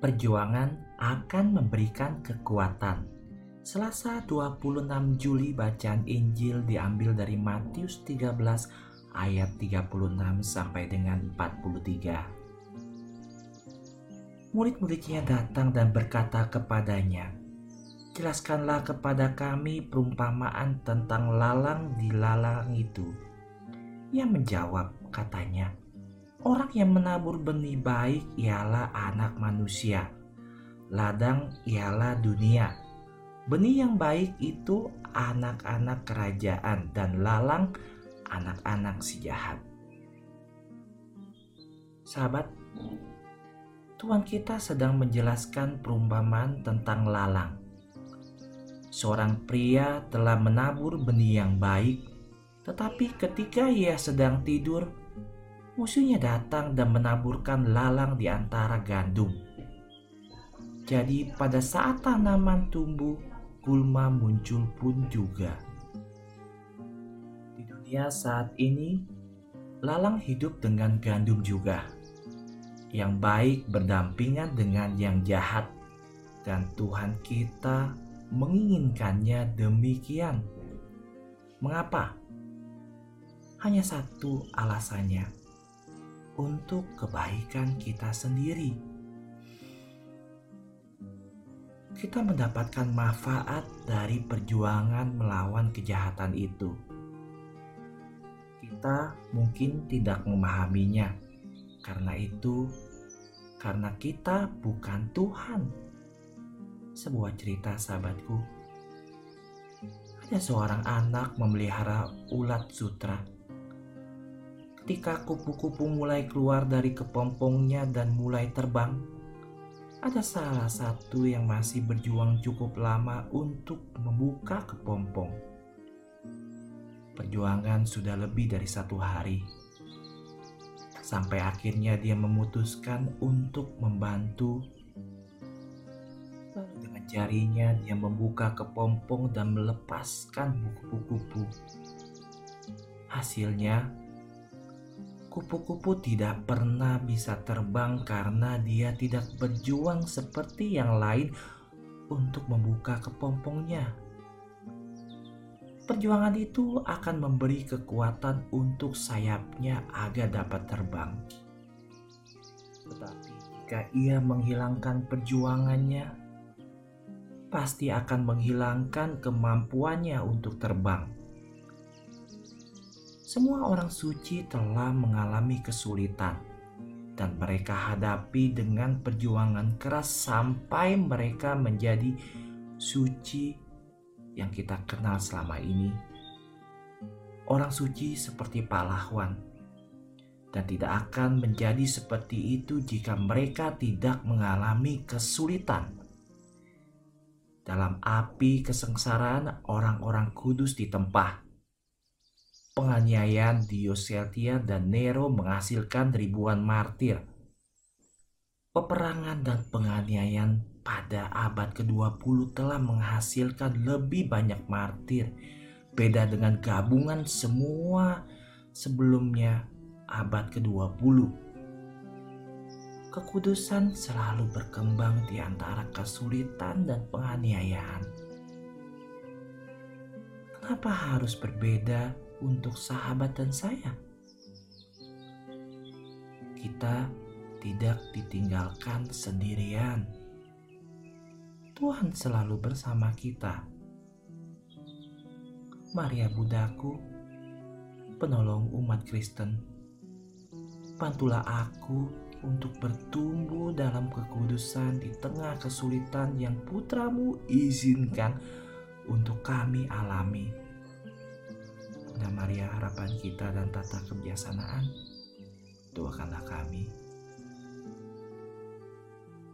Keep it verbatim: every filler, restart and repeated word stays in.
Perjuangan akan memberikan kekuatan. Selasa dua puluh enam Juli, bacaan Injil diambil dari Matius tiga belas ayat tiga puluh enam sampai dengan empat puluh tiga. Murid-muridnya datang dan berkata kepadanya, "Jelaskanlah kepada kami perumpamaan tentang lalang di lalang itu." Ia menjawab, katanya, "Orang yang menabur benih baik ialah anak manusia. Ladang ialah dunia. Benih yang baik itu anak-anak kerajaan dan lalang anak-anak si jahat." Sahabat, Tuhan kita sedang menjelaskan perumpamaan tentang lalang. Seorang pria telah menabur benih yang baik, tetapi ketika ia sedang tidur, musuhnya datang dan menaburkan lalang di antara gandum. Jadi pada saat tanaman tumbuh, gulma muncul pun juga. Di dunia saat ini, lalang hidup dengan gandum juga. Yang baik berdampingan dengan yang jahat, dan Tuhan kita menginginkannya demikian. Mengapa? Hanya satu alasannya, untuk kebaikan kita sendiri. Kita mendapatkan manfaat dari perjuangan melawan kejahatan itu. Kita mungkin tidak memahaminya, karena itu, karena kita bukan Tuhan. Sebuah cerita, sahabatku. Ada seorang anak memelihara ulat sutra. Ketika kupu-kupu mulai keluar dari kepompongnya dan mulai terbang, ada salah satu yang masih berjuang cukup lama untuk membuka kepompong. Perjuangan sudah lebih dari satu hari. Sampai akhirnya dia memutuskan untuk membantu. Lalu dengan jarinya dia membuka kepompong dan melepaskan kupu-kupu. Hasilnya, kupu-kupu tidak pernah bisa terbang karena dia tidak berjuang seperti yang lain untuk membuka kepompongnya. Perjuangan itu akan memberi kekuatan untuk sayapnya agar dapat terbang. Tetapi jika ia menghilangkan perjuangannya, pasti akan menghilangkan kemampuannya untuk terbang. Semua orang suci telah mengalami kesulitan, dan mereka hadapi dengan perjuangan keras sampai mereka menjadi suci yang kita kenal selama ini. Orang suci seperti pahlawan, dan tidak akan menjadi seperti itu jika mereka tidak mengalami kesulitan. Dalam api kesengsaraan, orang-orang kudus ditempah. Penganiayaan Diocletian dan Nero menghasilkan ribuan martir. Peperangan dan penganiayaan pada abad kedua puluh telah menghasilkan lebih banyak martir. Beda dengan gabungan semua sebelumnya abad kedua puluh. Kekudusan selalu berkembang di antara kesulitan dan penganiayaan. Kenapa harus berbeda untuk sahabat dan saya? Kita tidak ditinggalkan sendirian. Tuhan selalu bersama kita. Maria Budaku, penolong umat Kristen, bantulah aku untuk bertumbuh dalam kekudusan di tengah kesulitan yang Putramu izinkan untuk kami alami. Bunda Maria, harapan kita dan tata kebijaksanaan, doakanlah kami.